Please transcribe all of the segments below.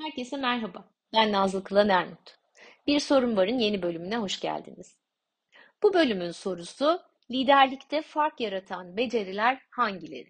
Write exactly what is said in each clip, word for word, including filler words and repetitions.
Herkese merhaba. Ben Nazlı Kılan Ermut. Bir Sorun Var'ın yeni bölümüne hoş geldiniz. Bu bölümün sorusu, liderlikte fark yaratan beceriler hangileri?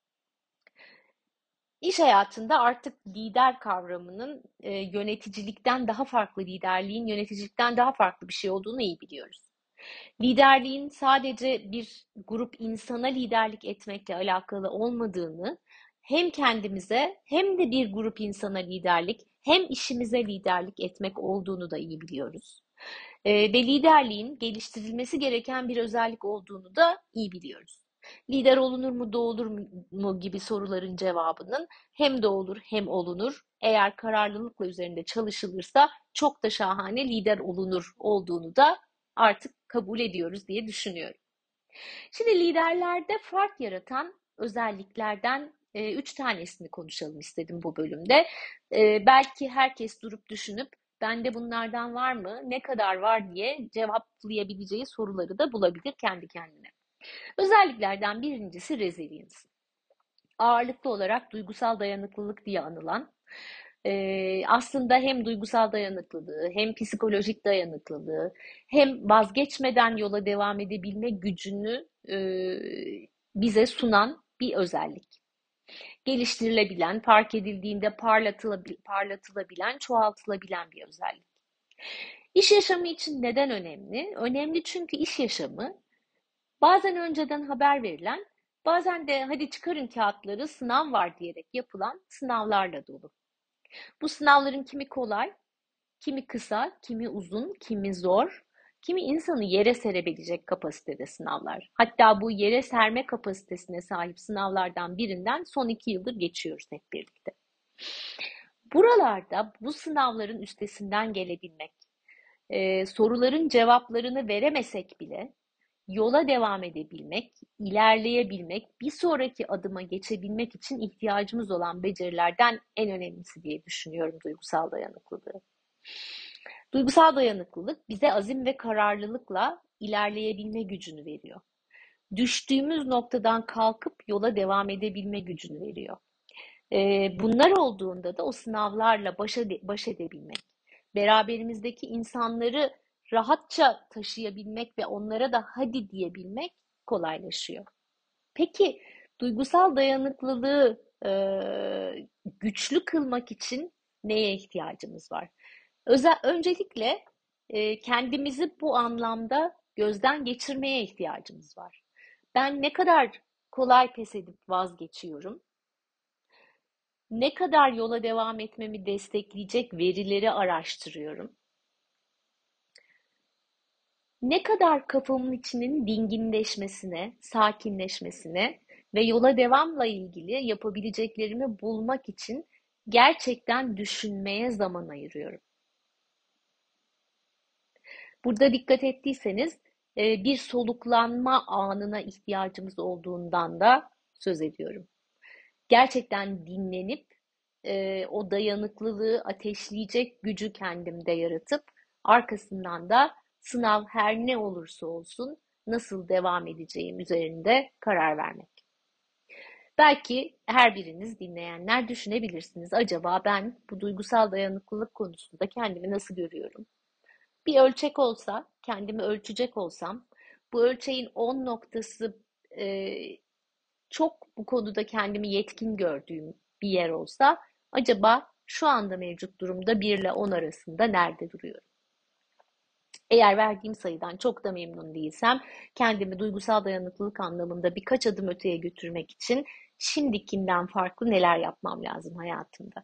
İş hayatında artık lider kavramının e, yöneticilikten daha farklı, liderliğin yöneticilikten daha farklı bir şey olduğunu iyi biliyoruz. Liderliğin sadece bir grup insana liderlik etmekle alakalı olmadığını, hem kendimize hem de bir grup insana liderlik, hem işimize liderlik etmek olduğunu da iyi biliyoruz. Ee, ve liderliğin geliştirilmesi gereken bir özellik olduğunu da iyi biliyoruz. Lider olunur mu, doğulur mu gibi soruların cevabının hem doğulur hem olunur. Eğer kararlılıkla üzerinde çalışılırsa çok da şahane lider olunur olduğunu da artık kabul ediyoruz diye düşünüyorum. Şimdi liderlerde fark yaratan özelliklerden e, üç tanesini konuşalım istedim bu bölümde. E, belki herkes durup düşünüp bende bunlardan var mı, ne kadar var diye cevaplayabileceği soruları da bulabilir kendi kendine. Özelliklerden birincisi resilience. Ağırlıklı olarak duygusal dayanıklılık diye anılan, e, aslında hem duygusal dayanıklılığı, hem psikolojik dayanıklılığı, hem vazgeçmeden yola devam edebilme gücünü e, bize sunan bir özellik. Geliştirilebilen, fark edildiğinde parlatılabil- parlatılabilen, çoğaltılabilen bir özellik. İş yaşamı için neden önemli? Önemli çünkü iş yaşamı bazen önceden haber verilen, bazen de hadi çıkarın kağıtları sınav var diyerek yapılan sınavlarla dolu. Bu sınavların kimi kolay, kimi kısa, kimi uzun, kimi zor, kimi insanı yere serebilecek kapasitede sınavlar. Hatta bu yere serme kapasitesine sahip sınavlardan birinden son iki yıldır geçiyoruz hep birlikte. Buralarda bu sınavların üstesinden gelebilmek, e, soruların cevaplarını veremesek bile yola devam edebilmek, ilerleyebilmek, bir sonraki adıma geçebilmek için ihtiyacımız olan becerilerden en önemlisi diye düşünüyorum duygusal dayanıklılığı. Duygusal dayanıklılık bize azim ve kararlılıkla ilerleyebilme gücünü veriyor. Düştüğümüz noktadan kalkıp yola devam edebilme gücünü veriyor. Ee, bunlar olduğunda da o sınavlarla baş, ede- baş edebilmek, beraberimizdeki insanları rahatça taşıyabilmek ve onlara da hadi diyebilmek kolaylaşıyor. Peki duygusal dayanıklılığı e, güçlü kılmak için neye ihtiyacımız var? Özel, öncelikle e, kendimizi bu anlamda gözden geçirmeye ihtiyacımız var. Ben ne kadar kolay pes edip vazgeçiyorum, ne kadar yola devam etmemi destekleyecek verileri araştırıyorum, ne kadar kafamın içinin dinginleşmesine, sakinleşmesine ve yola devamla ilgili yapabileceklerimi bulmak için gerçekten düşünmeye zaman ayırıyorum. Burada dikkat ettiyseniz e, bir soluklanma anına ihtiyacımız olduğundan da söz ediyorum. Gerçekten dinlenip e, o dayanıklılığı ateşleyecek gücü kendimde yaratıp arkasından da sınav her ne olursa olsun nasıl devam edeceğim üzerinde karar vermek. Belki her biriniz dinleyenler düşünebilirsiniz. Acaba ben bu duygusal dayanıklılık konusunda kendimi nasıl görüyorum? Bir ölçek olsa, kendimi ölçecek olsam, bu ölçeğin on noktası e, çok bu konuda kendimi yetkin gördüğüm bir yer olsa, acaba şu anda mevcut durumda bir ile on arasında nerede duruyorum? Eğer verdiğim sayıdan çok da memnun değilsem, kendimi duygusal dayanıklılık anlamında birkaç adım öteye götürmek için şimdikinden farklı neler yapmam lazım hayatımda?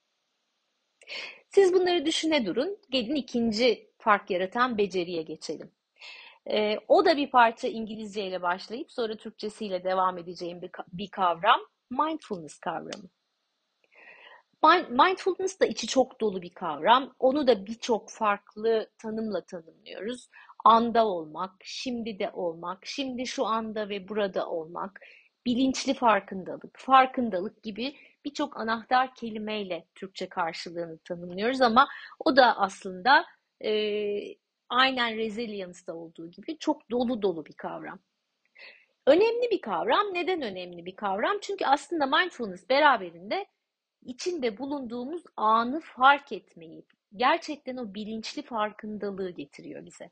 Siz bunları düşüne durun. Gelin ikinci fark yaratan beceriye geçelim. Ee, o da bir parça İngilizce ile başlayıp sonra Türkçesiyle devam edeceğim bir, bir kavram. Mindfulness kavramı. Mindfulness da içi çok dolu bir kavram. Onu da birçok farklı tanımla tanımlıyoruz. Anda olmak, şimdi de olmak, şimdi şu anda ve burada olmak, bilinçli farkındalık, farkındalık gibi birçok anahtar kelimeyle Türkçe karşılığını tanımlıyoruz ama o da aslında e, aynen resilience'da olduğu gibi çok dolu dolu bir kavram. Önemli bir kavram. Neden önemli bir kavram? Çünkü aslında mindfulness beraberinde içinde bulunduğumuz anı fark etmeyi, gerçekten o bilinçli farkındalığı getiriyor bize.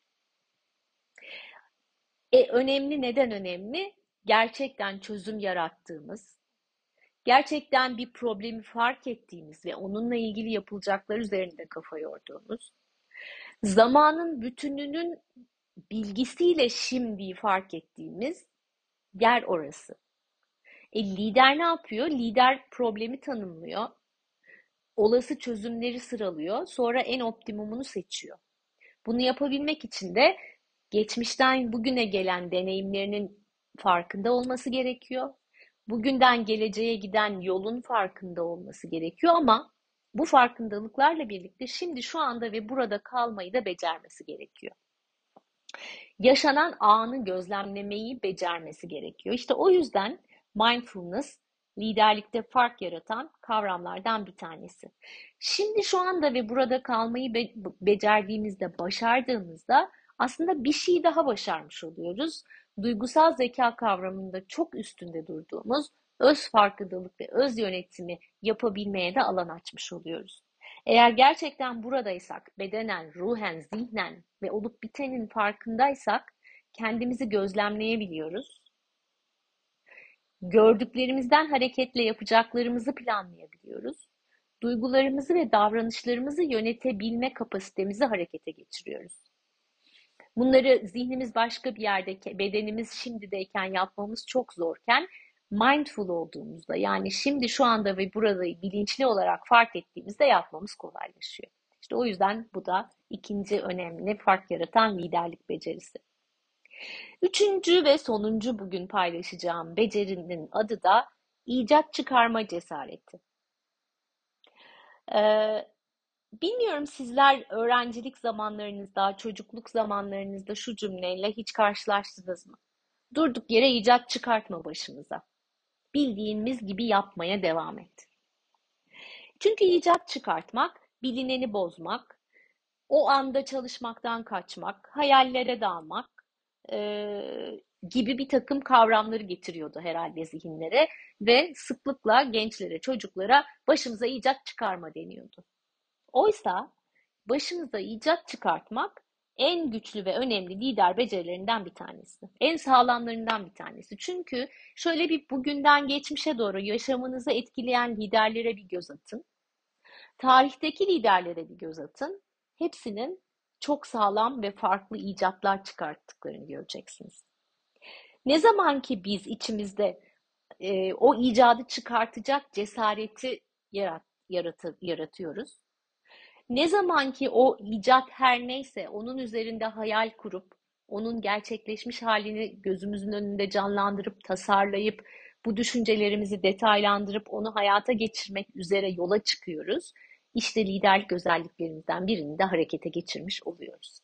E, önemli, neden önemli? Gerçekten çözüm yarattığımız, gerçekten bir problemi fark ettiğimiz ve onunla ilgili yapılacaklar üzerinde kafa yorduğumuz, zamanın bütününün bilgisiyle şimdiyi fark ettiğimiz yer orası. E, lider ne yapıyor? Lider problemi tanımlıyor, olası çözümleri sıralıyor, sonra en optimumunu seçiyor. Bunu yapabilmek için de geçmişten bugüne gelen deneyimlerinin farkında olması gerekiyor. Bugünden geleceğe giden yolun farkında olması gerekiyor ama bu farkındalıklarla birlikte şimdi şu anda ve burada kalmayı da becermesi gerekiyor. Yaşanan anı gözlemlemeyi becermesi gerekiyor. İşte o yüzden mindfulness liderlikte fark yaratan kavramlardan bir tanesi. Şimdi şu anda ve burada kalmayı be- becerdiğimizde, başardığımızda aslında bir şey daha başarmış oluyoruz. Duygusal zeka kavramında çok üstünde durduğumuz öz farkındalık ve öz yönetimi yapabilmeye de alan açmış oluyoruz. Eğer gerçekten buradaysak, bedenen, ruhen, zihnen ve olup bitenin farkındaysak kendimizi gözlemleyebiliyoruz. Gördüklerimizden hareketle yapacaklarımızı planlayabiliyoruz. Duygularımızı ve davranışlarımızı yönetebilme kapasitemizi harekete geçiriyoruz. Bunları zihnimiz başka bir yerde, bedenimiz şimdideyken yapmamız çok zorken mindful olduğumuzda, yani şimdi şu anda ve burada bilinçli olarak fark ettiğimizde yapmamız kolaylaşıyor. İşte o yüzden bu da ikinci önemli fark yaratan liderlik becerisi. Üçüncü ve sonuncu bugün paylaşacağım becerinin adı da icat çıkarma cesareti. Ee, Bilmiyorum, sizler öğrencilik zamanlarınızda, çocukluk zamanlarınızda şu cümleyle hiç karşılaştınız mı? Durduk yere icat çıkartma başımıza. Bildiğimiz gibi yapmaya devam et. Çünkü icat çıkartmak, bilineni bozmak, o anda çalışmaktan kaçmak, hayallere dalmak eee, gibi bir takım kavramları getiriyordu herhalde zihinlere ve sıklıkla gençlere, çocuklara başımıza icat çıkarma deniyordu. Oysa başımıza icat çıkartmak en güçlü ve önemli lider becerilerinden bir tanesi. En sağlamlarından bir tanesi. Çünkü şöyle bir bugünden geçmişe doğru yaşamınızı etkileyen liderlere bir göz atın. Tarihteki liderlere bir göz atın. Hepsinin çok sağlam ve farklı icatlar çıkarttıklarını göreceksiniz. Ne zaman ki biz içimizde e, o icadı çıkartacak cesareti yarat, yaratı, yaratıyoruz, ne zaman ki o icat her neyse onun üzerinde hayal kurup onun gerçekleşmiş halini gözümüzün önünde canlandırıp tasarlayıp bu düşüncelerimizi detaylandırıp onu hayata geçirmek üzere yola çıkıyoruz. İşte liderlik özelliklerimizden birini de harekete geçirmiş oluyoruz.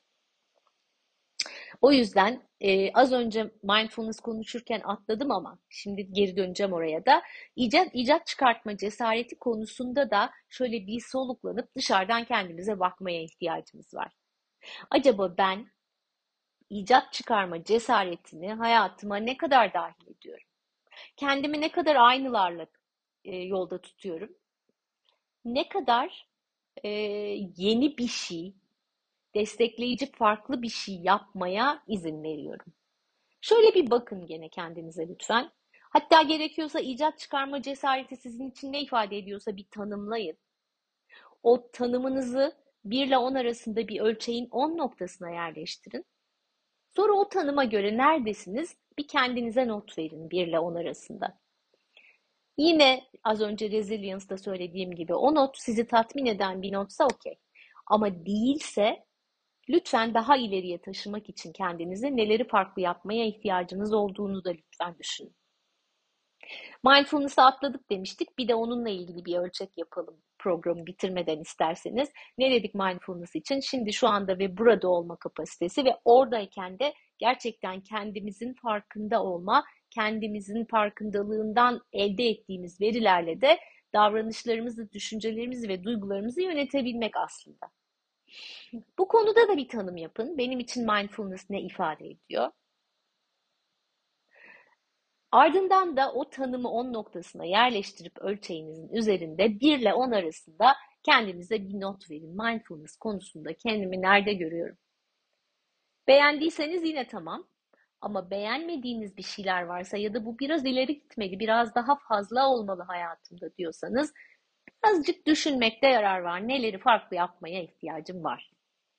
O yüzden e, az önce mindfulness konuşurken atladım ama şimdi geri döneceğim oraya da. İcat, icat çıkartma cesareti konusunda da şöyle bir soluklanıp dışarıdan kendimize bakmaya ihtiyacımız var. Acaba ben icat çıkarma cesaretini hayatıma ne kadar dahil ediyorum? Kendimi ne kadar aynalarla e, yolda tutuyorum? Ne kadar e, yeni bir şey, destekleyici farklı bir şey yapmaya izin veriyorum? Şöyle bir bakın gene kendinize lütfen. Hatta gerekiyorsa icat çıkarma cesareti sizin için ne ifade ediyorsa bir tanımlayın. O tanımınızı bir ile on arasında bir ölçeğin on noktasına yerleştirin. Sonra o tanıma göre neredesiniz? Bir kendinize not verin bir ile on arasında. Yine az önce Resilience'da söylediğim gibi o not sizi tatmin eden bir notsa okey. Ama değilse lütfen daha ileriye taşımak için kendinize neleri farklı yapmaya ihtiyacınız olduğunu da lütfen düşünün. Mindfulness'ı atladık demiştik. Bir de onunla ilgili bir ölçek yapalım programı bitirmeden isterseniz. Ne dedik mindfulness için? Şimdi şu anda ve burada olma kapasitesi ve oradayken de gerçekten kendimizin farkında olma, kendimizin farkındalığından elde ettiğimiz verilerle de davranışlarımızı, düşüncelerimizi ve duygularımızı yönetebilmek aslında. Bu konuda da bir tanım yapın. Benim için mindfulness ne ifade ediyor? Ardından da o tanımı on noktasına yerleştirip ölçeğinizin üzerinde bir ile on arasında kendinize bir not verin. Mindfulness konusunda kendimi nerede görüyorum? Beğendiyseniz yine tamam. Ama beğenmediğiniz bir şeyler varsa ya da bu biraz ileri gitmeli, biraz daha fazla olmalı hayatımda diyorsanız azıcık düşünmekte yarar var. Neleri farklı yapmaya ihtiyacım var?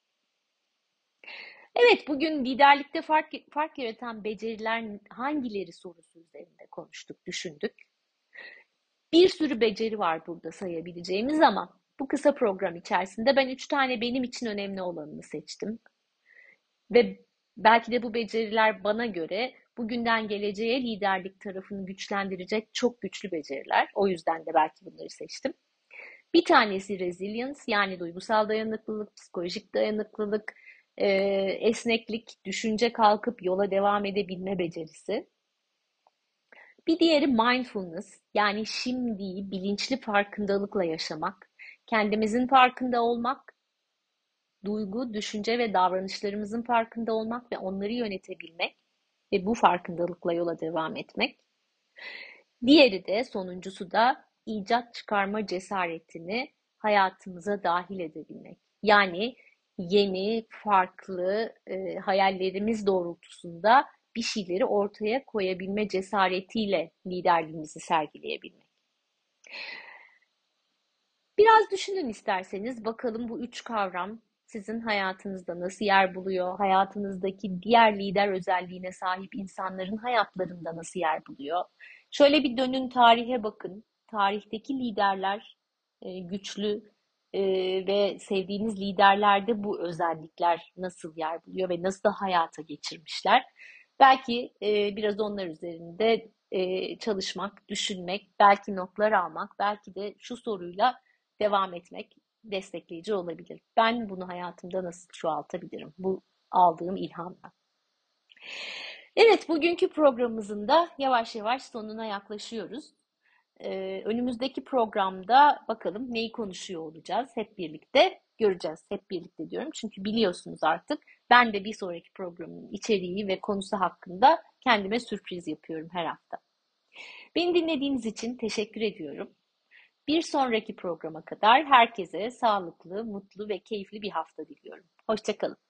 Evet, bugün liderlikte fark, fark yaratan beceriler hangileri sorusu üzerinde konuştuk, düşündük. Bir sürü beceri var burada sayabileceğimiz ama bu kısa program içerisinde ben üç tane benim için önemli olanını seçtim. Ve belki de bu beceriler bana göre bugünden geleceğe liderlik tarafını güçlendirecek çok güçlü beceriler. O yüzden de belki bunları seçtim. Bir tanesi resilience, yani duygusal dayanıklılık, psikolojik dayanıklılık, e, esneklik, düşünce kalkıp yola devam edebilme becerisi. Bir diğeri mindfulness, yani şimdiyi bilinçli farkındalıkla yaşamak, kendimizin farkında olmak, duygu, düşünce ve davranışlarımızın farkında olmak ve onları yönetebilmek ve bu farkındalıkla yola devam etmek. Diğeri de, sonuncusu da icat çıkarma cesaretini hayatımıza dahil edebilmek. Yani yeni, farklı e, hayallerimiz doğrultusunda bir şeyleri ortaya koyabilme cesaretiyle liderliğimizi sergileyebilmek. Biraz düşünün isterseniz, bakalım bu üç kavram sizin hayatınızda nasıl yer buluyor? Hayatınızdaki diğer lider özelliğine sahip insanların hayatlarında nasıl yer buluyor? Şöyle bir dönün, tarihe bakın. Tarihteki liderler e, güçlü e, ve sevdiğiniz liderlerde bu özellikler nasıl yer buluyor ve nasıl da hayata geçirmişler? Belki e, biraz onlar üzerinde e, çalışmak, düşünmek, belki notlar almak, belki de şu soruyla devam etmek destekleyici olabilir. Ben bunu hayatımda nasıl çoğaltabilirim? Bu aldığım ilhamla. Evet, bugünkü programımızın da yavaş yavaş sonuna yaklaşıyoruz. Ee, önümüzdeki programda bakalım neyi konuşuyor olacağız. Hep birlikte göreceğiz. Hep birlikte diyorum. Çünkü biliyorsunuz artık ben de bir sonraki programın içeriği ve konusu hakkında kendime sürpriz yapıyorum her hafta. Beni dinlediğiniz için teşekkür ediyorum. Bir sonraki programa kadar herkese sağlıklı, mutlu ve keyifli bir hafta diliyorum. Hoşça kalın.